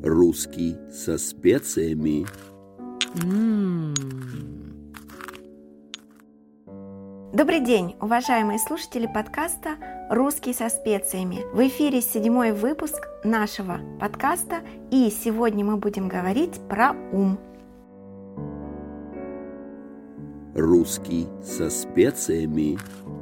Русский со специями. Добрый день, уважаемые слушатели подкаста «Русский со специями». В эфире 7-й выпуск нашего подкаста, и сегодня мы будем говорить про ум. Русский со специями.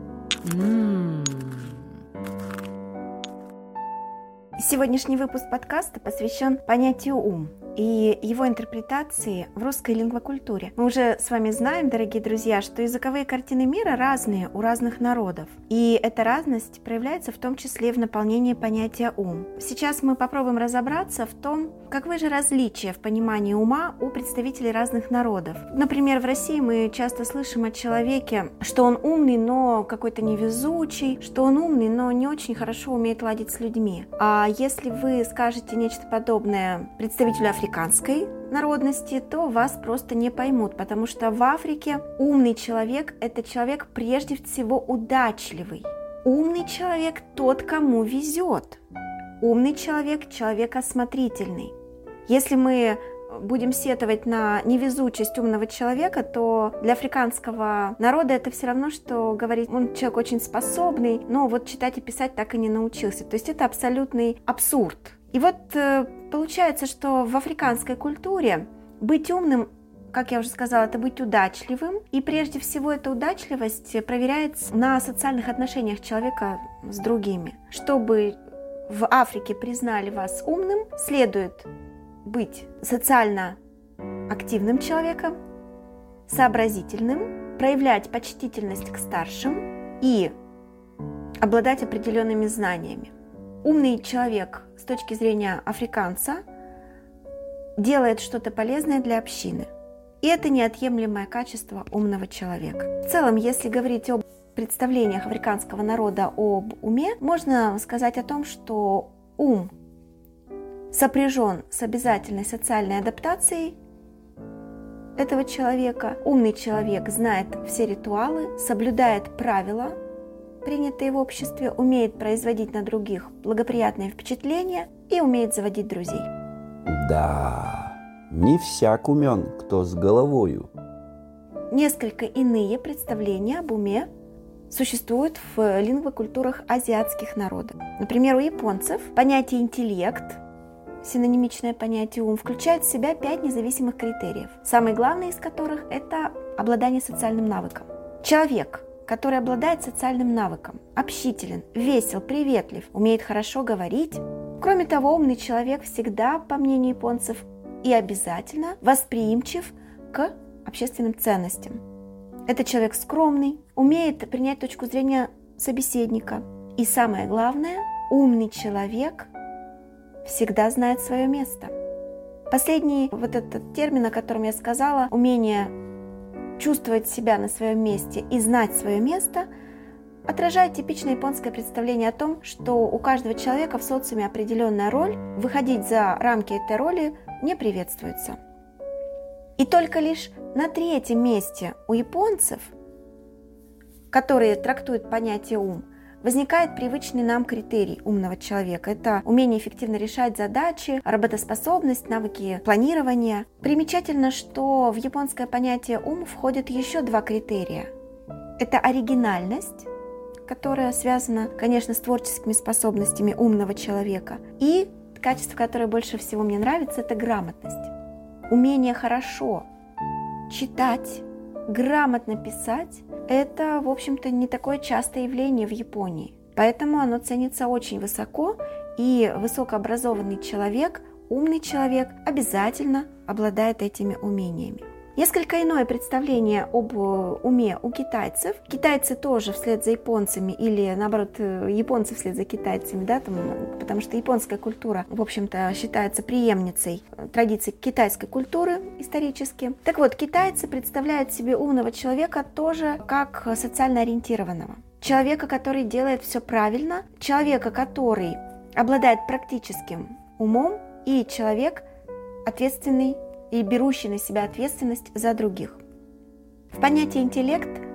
Сегодняшний выпуск подкаста посвящен понятию «ум» и его интерпретации в русской лингвокультуре. Мы уже с вами знаем, дорогие друзья, что языковые картины мира разные у разных народов. И эта разность проявляется в том числе в наполнении понятия «ум». Сейчас мы попробуем разобраться в том, каковы же различия в понимании ума у представителей разных народов. Например, в России мы часто слышим о человеке, что он умный, но какой-то невезучий, что он умный, но не очень хорошо умеет ладить с людьми. А если вы скажете нечто подобное представителю африканской народности, то вас просто не поймут, потому что в Африке умный человек – это человек прежде всего удачливый. Умный человек – тот, кому везет. Умный человек – человек осмотрительный. Если мы будем сетовать на невезучесть умного человека, то для африканского народа это все равно, что говорить, он человек очень способный, но вот читать и писать так и не научился. То есть это абсолютный абсурд. И вот получается, что в африканской культуре быть умным, как я уже сказала, это быть удачливым. И прежде всего эта удачливость проверяется на социальных отношениях человека с другими. Чтобы в Африке признали вас умным, следует быть социально активным человеком, сообразительным, проявлять почтительность к старшим и обладать определенными знаниями. Умный человек с точки зрения африканца делает что-то полезное для общины. И это неотъемлемое качество умного человека. В целом, если говорить об представлениях африканского народа об уме, можно сказать о том, что ум сопряжен с обязательной социальной адаптацией этого человека. Умный человек знает все ритуалы, соблюдает правила, принятые в обществе, умеет производить на других благоприятные впечатления и умеет заводить друзей. Да, не всяк умен, кто с головою. Несколько иные представления об уме существуют в лингвокультурах азиатских народов. Например, у японцев понятие «интеллект», синонимичное понятие «ум», включает в себя 5 независимых критериев, самый главный из которых – это обладание социальным навыком. Человек, который обладает социальным навыком, общителен, весел, приветлив, умеет хорошо говорить. Кроме того, умный человек всегда, по мнению японцев, и обязательно восприимчив к общественным ценностям. Это человек скромный, умеет принять точку зрения собеседника. И самое главное, умный человек всегда знает свое место. Последний вот этот термин, о котором я сказала, умение чувствовать себя на своем месте и знать свое место, отражает типичное японское представление о том, что у каждого человека в социуме определенная роль, выходить за рамки этой роли не приветствуется. И только лишь на 3-м месте у японцев, которые трактуют понятие «ум», возникает привычный нам критерий умного человека. Это умение эффективно решать задачи, работоспособность, навыки планирования. Примечательно, что в японское понятие «ум» входят еще 2 критерия. Это оригинальность, которая связана, конечно, с творческими способностями умного человека. И качество, которое больше всего мне нравится, это грамотность. Умение хорошо читать, грамотно писать – это, в общем-то, не такое частое явление в Японии. Поэтому оно ценится очень высоко, и высокообразованный человек, умный человек обязательно обладает этими умениями. Несколько иное представление об уме у китайцев. Китайцы тоже вслед за японцами, или наоборот, японцы вслед за китайцами, да, потому что японская культура, в общем-то, считается преемницей традиций китайской культуры исторически. Так вот, китайцы представляют себе умного человека тоже как социально ориентированного. Человека, который делает все правильно, человека, который обладает практическим умом, и человек ответственный и берущий на себя ответственность за других. В понятие «интеллект»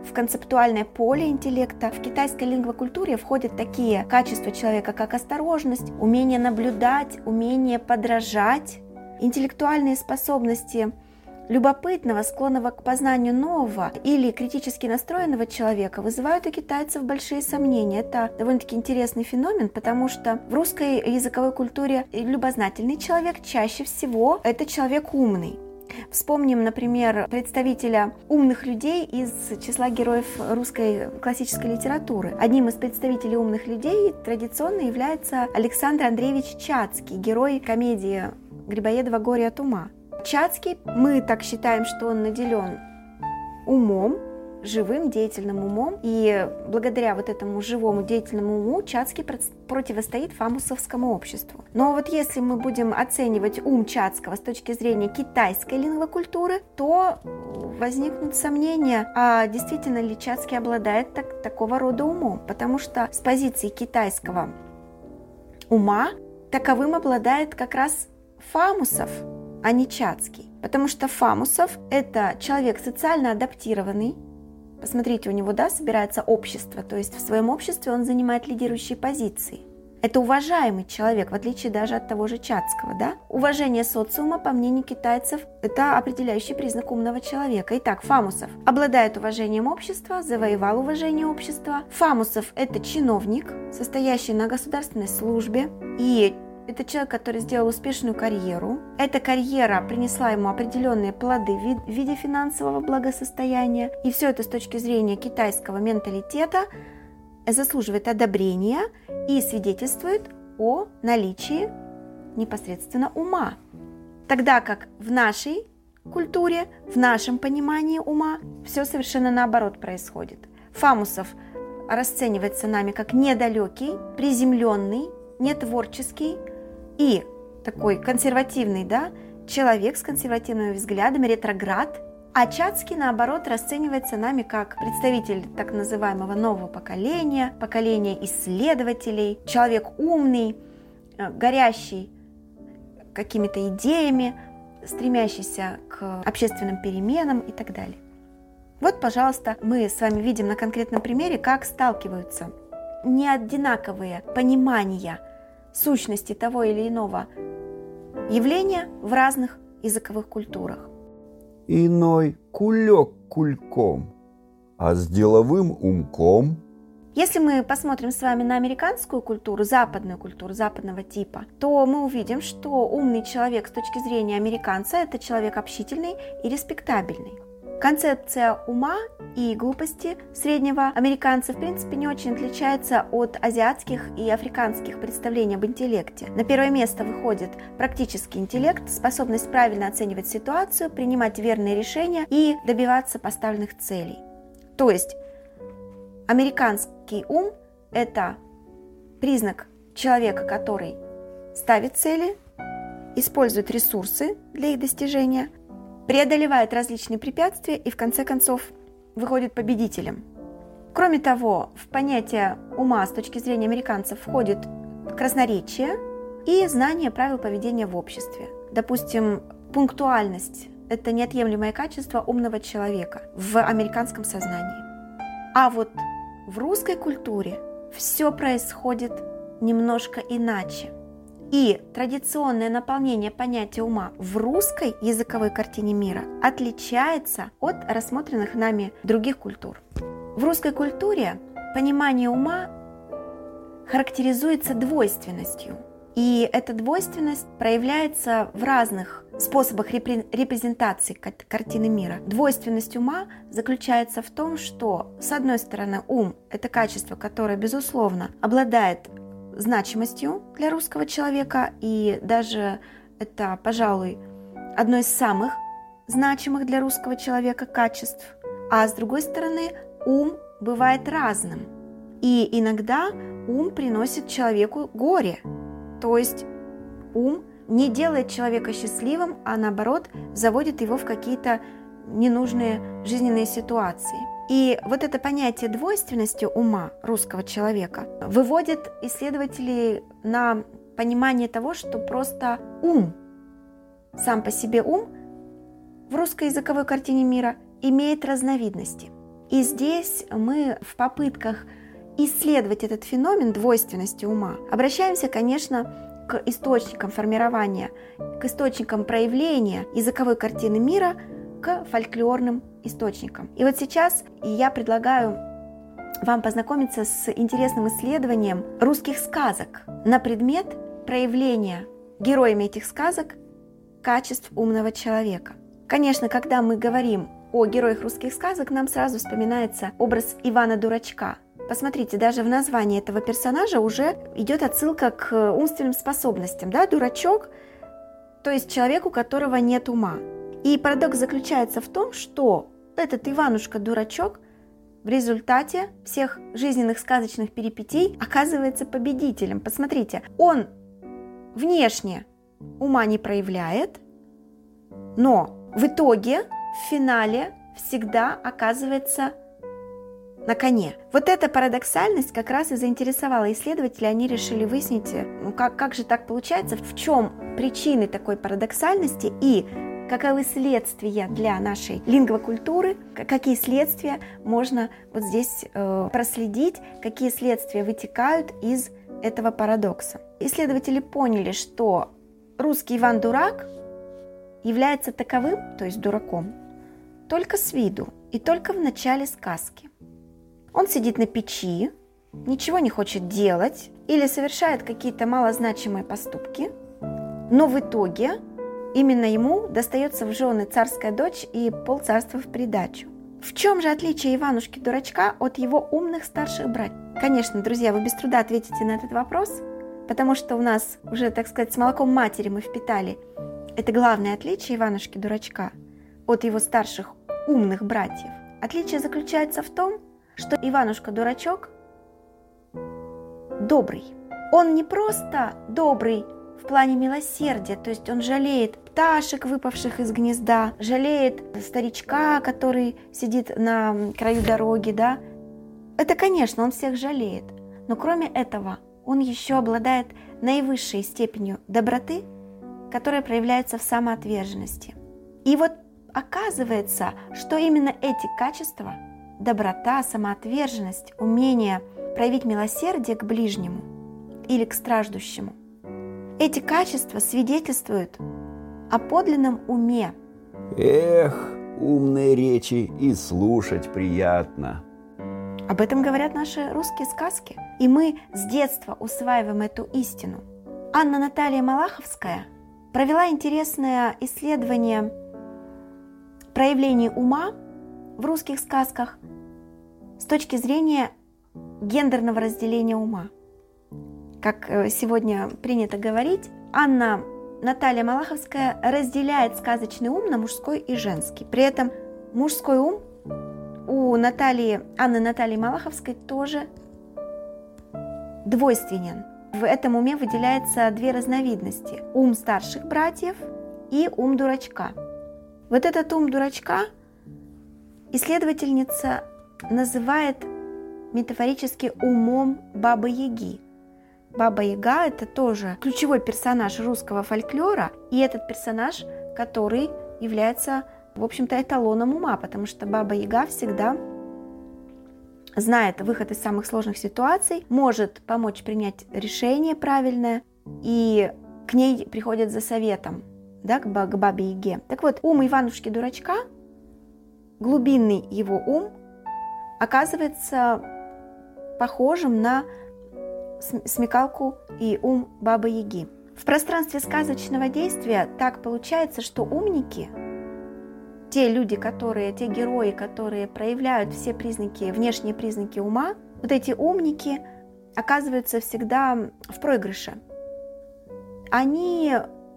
в концептуальное поле интеллекта. В китайской лингвокультуре входят такие качества человека, как осторожность, умение наблюдать, умение подражать, интеллектуальные способности любопытного, склонного к познанию нового или критически настроенного человека вызывают у китайцев большие сомнения. Это довольно-таки интересный феномен, потому что в русской языковой культуре любознательный человек чаще всего это человек умный. Вспомним, например, представителя умных людей из числа героев русской классической литературы. Одним из представителей умных людей традиционно является Александр Андреевич Чацкий, герой комедии Грибоедова «Горе от ума». Чацкий, мы так считаем, что он наделен умом, живым, деятельным умом, и благодаря вот этому живому, деятельному уму Чацкий противостоит фамусовскому обществу. Но вот если мы будем оценивать ум Чацкого с точки зрения китайской лингвокультуры, то возникнут сомнения, а действительно ли Чацкий обладает такого рода умом, потому что с позиции китайского ума таковым обладает как раз Фамусов, а не Чацкий. Потому что Фамусов – это человек социально адаптированный. Посмотрите, у него, собирается общество, то есть в своем обществе он занимает лидирующие позиции. Это уважаемый человек, в отличие даже от того же Чацкого, Уважение социума, по мнению китайцев, это определяющий признак умного человека. Итак, Фамусов обладает уважением общества, завоевал уважение общества. Фамусов – это чиновник, состоящий на государственной службе, и это человек, который сделал успешную карьеру. Эта карьера принесла ему определенные плоды в виде финансового благосостояния. И все это с точки зрения китайского менталитета заслуживает одобрения и свидетельствует о наличии непосредственно ума. Тогда как в нашей культуре, в нашем понимании ума все совершенно наоборот происходит. Фамусов расценивается нами как недалекий, приземленный, нетворческий и такой консервативный, человек с консервативными взглядами, ретроград. А Чацкий, наоборот, расценивается нами как представитель так называемого нового поколения, поколения исследователей, человек умный, горящий какими-то идеями, стремящийся к общественным переменам и так далее. Вот, пожалуйста, мы с вами видим на конкретном примере, как сталкиваются неодинаковые понимания сущности того или иного явления в разных языковых культурах. Иной кулек кульком, а с деловым умком. Если мы посмотрим с вами на американскую культуру, западного типа, то мы увидим, что умный человек с точки зрения американца – это человек общительный и респектабельный. Концепция ума и глупости среднего американца в принципе не очень отличается от азиатских и африканских представлений об интеллекте. На первое место выходит практический интеллект, способность правильно оценивать ситуацию, принимать верные решения и добиваться поставленных целей. То есть американский ум – это признак человека, который ставит цели, использует ресурсы для их достижения, преодолевает различные препятствия и в конце концов выходит победителем. Кроме того, в понятие ума с точки зрения американцев входит красноречие и знание правил поведения в обществе. Допустим, пунктуальность – это неотъемлемое качество умного человека в американском сознании. А вот в русской культуре все происходит немножко иначе. И традиционное наполнение понятия ума в русской языковой картине мира отличается от рассмотренных нами других культур. В русской культуре понимание ума характеризуется двойственностью. И эта двойственность проявляется в разных способах репрезентации картины мира. Двойственность ума заключается в том, что, с одной стороны, ум – это качество, которое, безусловно, обладает значимостью для русского человека, и даже это, пожалуй, одно из самых значимых для русского человека качеств. А с другой стороны, ум бывает разным. И иногда ум приносит человеку горе. То есть ум не делает человека счастливым, а наоборот заводит его в какие-то ненужные жизненные ситуации. И вот это понятие двойственности ума русского человека выводит исследователей на понимание того, что просто ум, сам по себе ум в русской языковой картине мира имеет разновидности. И здесь мы в попытках исследовать этот феномен двойственности ума обращаемся, конечно, к источникам формирования, к источникам проявления языковой картины мира, к фольклорным источникам. И вот сейчас я предлагаю вам познакомиться с интересным исследованием русских сказок на предмет проявления героями этих сказок качеств умного человека. Конечно, когда мы говорим о героях русских сказок, нам сразу вспоминается образ Ивана Дурачка. Посмотрите, даже в названии этого персонажа уже идет отсылка к умственным способностям. Да? Дурачок, то есть человек, у которого нет ума. И парадокс заключается в том, что этот Иванушка-дурачок в результате всех жизненных сказочных перипетий оказывается победителем. Посмотрите, он внешне ума не проявляет, но в итоге, в финале всегда оказывается на коне. Вот эта парадоксальность как раз и заинтересовала исследователей. Они решили выяснить, как же так получается, в чем причины такой парадоксальности и каковы следствия для нашей лингвокультуры, какие следствия можно вот здесь проследить, какие следствия вытекают из этого парадокса. Исследователи поняли, что русский Иван-дурак является таковым, то есть дураком, только с виду и только в начале сказки. Он сидит на печи, ничего не хочет делать или совершает какие-то малозначимые поступки, но в итоге именно ему достается в жены царская дочь и полцарства в придачу. В чем же отличие Иванушки-дурачка от его умных старших братьев? Конечно, друзья, вы без труда ответите на этот вопрос, потому что у нас уже, так сказать, с молоком матери мы впитали это главное отличие Иванушки-дурачка от его старших умных братьев. Отличие заключается в том, что Иванушка-дурачок добрый. Он не просто добрый в плане милосердия, то есть он жалеет пташек, выпавших из гнезда, жалеет старичка, который сидит на краю дороги, да. Это, конечно, он всех жалеет, но кроме этого он еще обладает наивысшей степенью доброты, которая проявляется в самоотверженности. И вот оказывается, что именно эти качества – доброта, самоотверженность, умение проявить милосердие к ближнему или к страждущему. Эти качества свидетельствуют о подлинном уме. Эх, умные речи и слушать приятно. Об этом говорят наши русские сказки. И мы с детства усваиваем эту истину. Анна Наталья Малаховская провела интересное исследование проявлений ума в русских сказках с точки зрения гендерного разделения ума. Как сегодня принято говорить, Анна Наталья Малаховская разделяет сказочный ум на мужской и женский. При этом мужской ум у Анны Натальи Малаховской тоже двойственен. В этом уме выделяются две разновидности – ум старших братьев и ум дурачка. Вот этот ум дурачка исследовательница называет метафорически умом Бабы-Яги. Баба-Яга – это тоже ключевой персонаж русского фольклора, и этот персонаж, который является, в общем-то, эталоном ума, потому что Баба-Яга всегда знает выход из самых сложных ситуаций, может помочь принять решение правильное, и к ней приходят за советом, да, к Бабе-Яге. Так вот, ум Иванушки-дурачка, глубинный его ум, оказывается похожим на смекалку и ум Бабы-Яги. В пространстве сказочного действия так получается, что умники, те герои, которые проявляют все внешние признаки ума, вот эти умники оказываются всегда в проигрыше. Они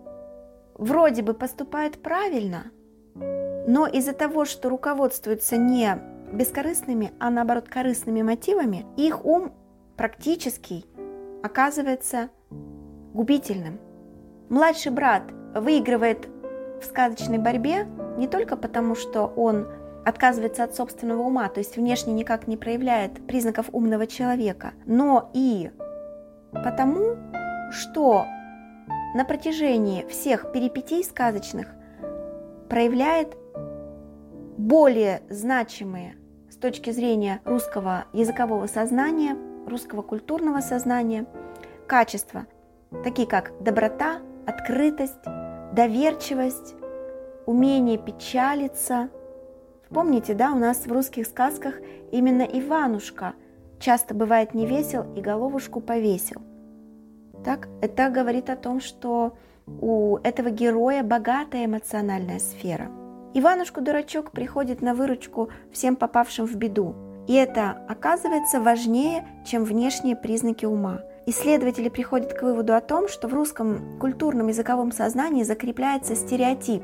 вроде бы поступают правильно, но из-за того, что руководствуются не бескорыстными, а наоборот корыстными мотивами, их ум практически оказывается губительным. Младший брат выигрывает в сказочной борьбе не только потому, что он отказывается от собственного ума, то есть внешне никак не проявляет признаков умного человека, но и потому, что на протяжении всех перипетий сказочных проявляет более значимые с точки зрения русского языкового сознания, русского культурного сознания качества, такие как доброта, открытость, доверчивость, умение печалиться. Помните, да, у нас в русских сказках именно Иванушка часто бывает не весел и головушку повесил. Так, это говорит о том, что у этого героя богатая эмоциональная сфера. Иванушка-дурачок приходит на выручку всем попавшим в беду. И это оказывается важнее, чем внешние признаки ума. Исследователи приходят к выводу о том, что в русском культурном языковом сознании закрепляется стереотип.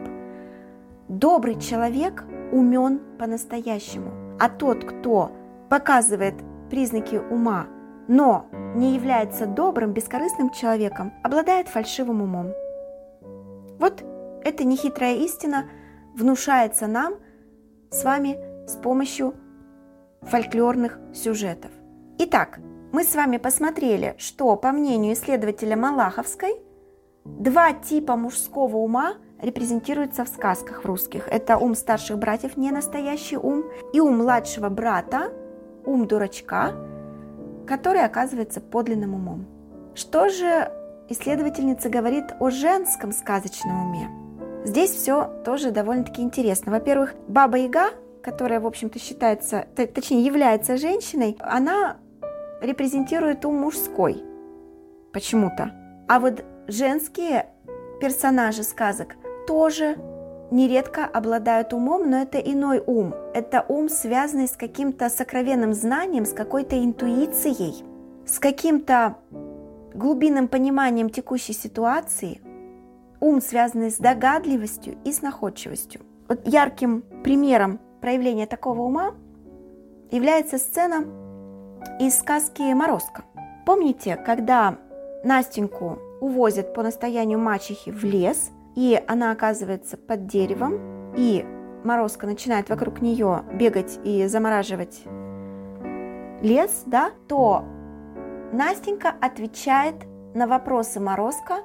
Добрый человек умен по-настоящему, а тот, кто показывает признаки ума, но не является добрым, бескорыстным человеком, обладает фальшивым умом. Вот эта нехитрая истина внушается нам с вами с помощью фольклорных сюжетов. Итак, мы с вами посмотрели, что, по мнению исследователя Малаховской, два типа мужского ума репрезентируются в сказках в русских. Это ум старших братьев, не настоящий ум, и ум младшего брата, ум дурачка, который оказывается подлинным умом. Что же исследовательница говорит о женском сказочном уме? Здесь все тоже довольно-таки интересно. Во-первых, Баба-Яга, которая, в общем-то, считается, точнее, является женщиной, она репрезентирует ум мужской почему-то. А вот женские персонажи сказок тоже нередко обладают умом, но это иной ум. Это ум, связанный с каким-то сокровенным знанием, с какой-то интуицией, с каким-то глубинным пониманием текущей ситуации. Ум, связанный с догадливостью и с находчивостью. Вот ярким примером проявления такого ума является сцена из сказки «Морозко». Помните, когда Настеньку увозят по настоянию мачехи в лес, и она оказывается под деревом, и Морозко начинает вокруг нее бегать и замораживать лес, да, то Настенька отвечает на вопросы Морозко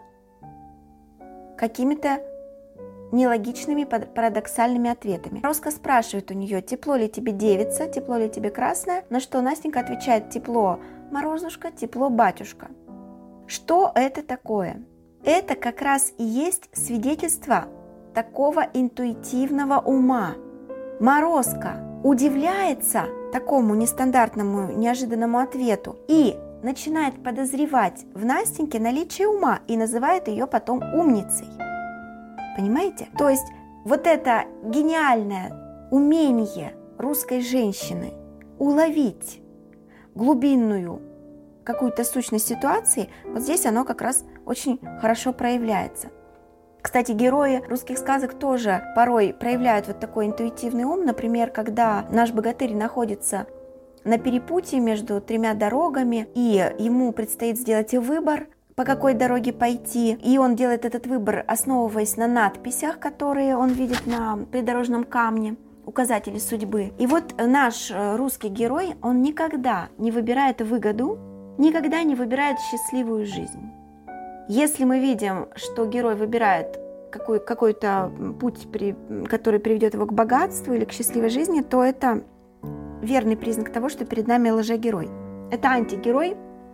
какими-то нелогичными, парадоксальными ответами. Морозко спрашивает у нее, тепло ли тебе, девица, тепло ли тебе, красная, на что Настенька отвечает, тепло, морозушка, тепло, батюшка. Что это такое? Это как раз и есть свидетельство такого интуитивного ума. Морозко удивляется такому нестандартному, неожиданному ответу и начинает подозревать в Настеньке наличие ума и называет ее потом умницей. Понимаете? То есть вот это гениальное умение русской женщины уловить глубинную какую-то сущность ситуации, вот здесь оно как раз очень хорошо проявляется. Кстати, герои русских сказок тоже порой проявляют вот такой интуитивный ум. Например, когда наш богатырь находится на перепутье между тремя дорогами, и ему предстоит сделать выбор, по какой дороге пойти, и он делает этот выбор, основываясь на надписях, которые он видит на придорожном камне, указатели судьбы. И вот наш русский герой, он никогда не выбирает выгоду, никогда не выбирает счастливую жизнь. Если мы видим, что герой выбирает какой-то путь, который приведет его к богатству или к счастливой жизни, то это верный признак того, что перед нами лжегерой. Это антигерой,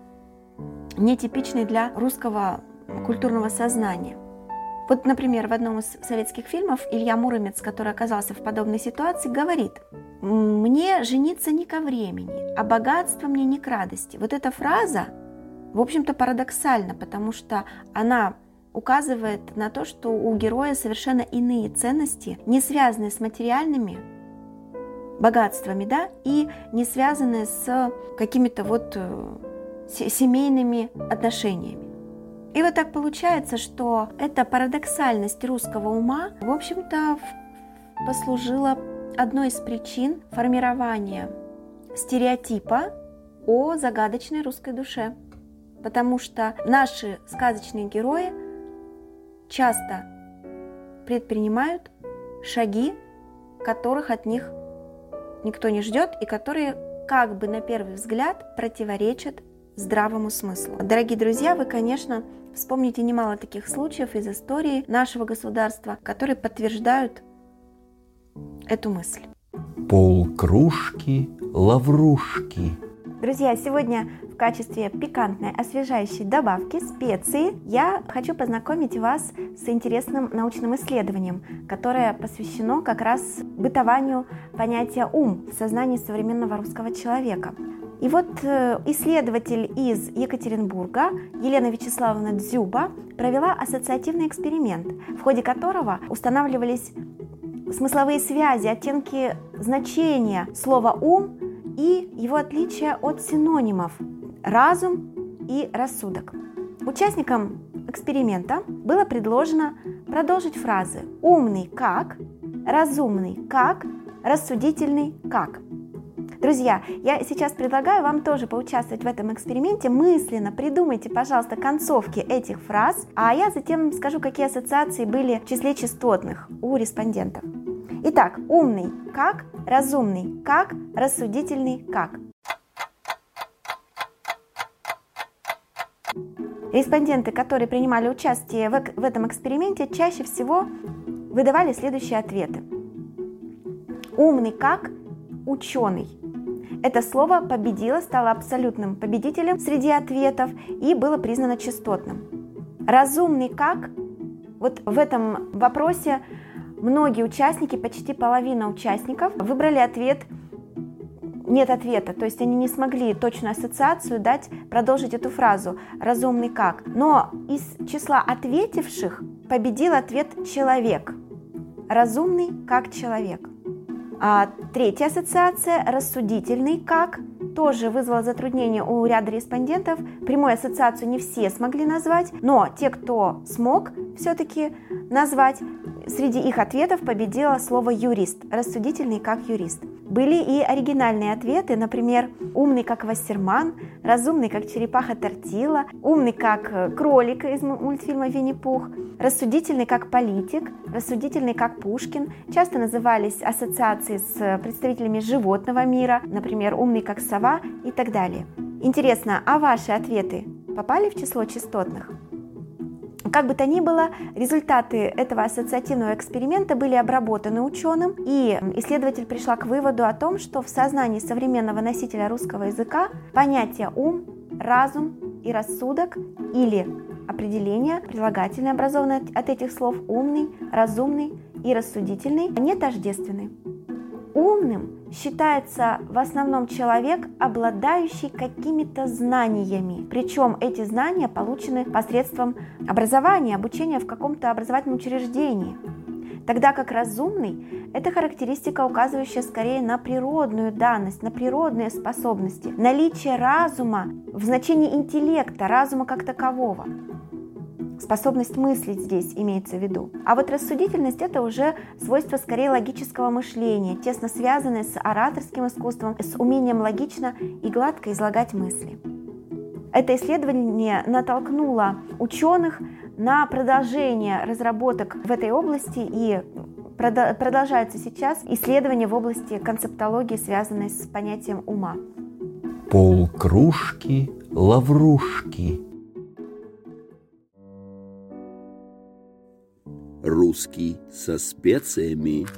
нетипичный для русского культурного сознания. Вот, например, в одном из советских фильмов Илья Муромец, который оказался в подобной ситуации, говорит: «Мне жениться не ко времени, а богатство мне не к радости». Вот эта фраза, в общем-то, парадоксальна, потому что она указывает на то, что у героя совершенно иные ценности, не связанные с материальными богатствами, да, и не связанные с какими-то вот семейными отношениями. И вот так получается, что эта парадоксальность русского ума, в общем-то, послужила одной из причин формирования стереотипа о загадочной русской душе. Потому что наши сказочные герои часто предпринимают шаги, которых от них никто не ждет и которые, как бы на первый взгляд, противоречат здравому смыслу. Дорогие друзья, вы, конечно, вспомните немало таких случаев из истории нашего государства, которые подтверждают эту мысль. Полкружки лаврушки. Друзья, сегодня в качестве пикантной, освежающей добавки, специи, я хочу познакомить вас с интересным научным исследованием, которое посвящено как раз бытованию понятия «ум» в сознании современного русского человека. И вот исследователь из Екатеринбурга Елена Вячеславовна Дзюба провела ассоциативный эксперимент, в ходе которого устанавливались смысловые связи, оттенки значения слова «ум» и его отличия от синонимов «разум» и «рассудок». Участникам эксперимента было предложено продолжить фразы «умный как», «разумный как», «рассудительный как». Друзья, я сейчас предлагаю вам тоже поучаствовать в этом эксперименте. Мысленно придумайте, пожалуйста, концовки этих фраз, а я затем скажу, какие ассоциации были в числе частотных у респондентов. Итак, умный как, разумный как, рассудительный как. Респонденты, которые принимали участие в этом эксперименте, чаще всего выдавали следующие ответы. Умный как, ученый. Это слово победило, стало абсолютным победителем среди ответов и было признано частотным. Разумный как? Вот в этом вопросе многие участники, почти половина участников, выбрали ответ «нет ответа», то есть они не смогли точную ассоциацию дать, продолжить эту фразу «разумный как». Но из числа ответивших победил ответ «человек». Разумный как человек. А третья ассоциация «рассудительный как» тоже вызвала затруднение у ряда респондентов. Прямую ассоциацию не все смогли назвать, но те, кто смог все-таки назвать, среди их ответов победило слово «юрист», рассудительный как юрист. Были и оригинальные ответы, например, «умный как Вассерман», «разумный как черепаха Тортила», «умный как кролик» из мультфильма «Винни-Пух», «рассудительный как политик», «рассудительный как Пушкин». Часто назывались ассоциации с представителями животного мира, например, «умный как сова» и так далее. Интересно, а ваши ответы попали в число частотных? Как бы то ни было, результаты этого ассоциативного эксперимента были обработаны ученым, и исследователь пришла к выводу о том, что в сознании современного носителя русского языка понятия «ум», «разум» и «рассудок» или определение, прилагательное, образованное от этих слов «умный», «разумный» и «рассудительный», не тождественны. Умным считается в основном человек, обладающий какими-то знаниями. Причем эти знания получены посредством образования, обучения в каком-то образовательном учреждении. Тогда как разумный – это характеристика, указывающая скорее на природную данность, на природные способности, наличие разума в значении интеллекта, разума как такового. Способность мыслить здесь имеется в виду. А вот рассудительность – это уже свойство скорее логического мышления, тесно связанное с ораторским искусством, с умением логично и гладко излагать мысли. Это исследование натолкнуло ученых на продолжение разработок в этой области, и продолжаются сейчас исследования в области концептологии, связанной с понятием ума. Полкружки лаврушки. Русский со специями.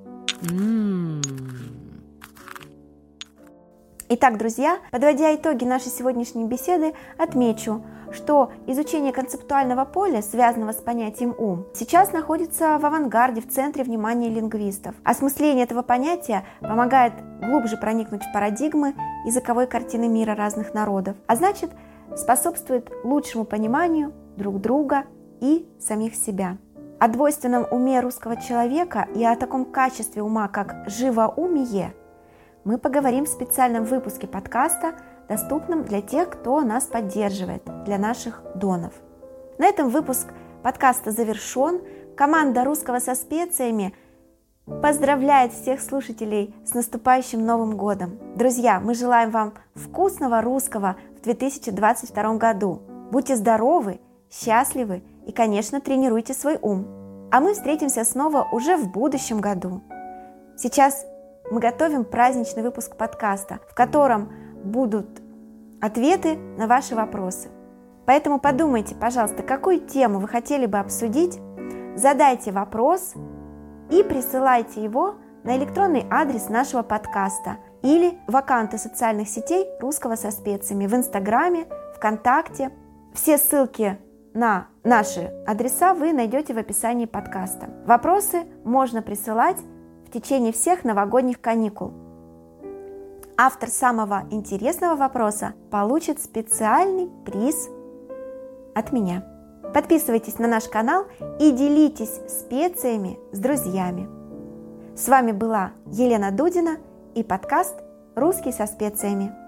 Итак, друзья, подводя итоги нашей сегодняшней беседы, отмечу, что изучение концептуального поля, связанного с понятием «ум», сейчас находится в авангарде, в центре внимания лингвистов. Осмысление этого понятия помогает глубже проникнуть в парадигмы языковой картины мира разных народов, а значит, способствует лучшему пониманию друг друга и самих себя. О двойственном уме русского человека и о таком качестве ума, как живоумие, мы поговорим в специальном выпуске подкаста, доступном для тех, кто нас поддерживает, для наших донов. На этом выпуск подкаста завершен. Команда «Русского со специями» поздравляет всех слушателей с наступающим Новым годом. Друзья, мы желаем вам вкусного русского в 2022 году. Будьте здоровы, счастливы и, конечно, тренируйте свой ум. А мы встретимся снова уже в будущем году. Сейчас мы готовим праздничный выпуск подкаста, в котором будут ответы на ваши вопросы. Поэтому подумайте, пожалуйста, какую тему вы хотели бы обсудить, задайте вопрос и присылайте его на электронный адрес нашего подкаста или в аккаунты социальных сетей «Русского со специями» в Инстаграме, ВКонтакте. Все ссылки на наши адреса вы найдете в описании подкаста. Вопросы можно присылать в течение всех новогодних каникул. Автор самого интересного вопроса получит специальный приз от меня. Подписывайтесь на наш канал и делитесь специями с друзьями. С вами была Елена Дудина и подкаст «Русский со специями».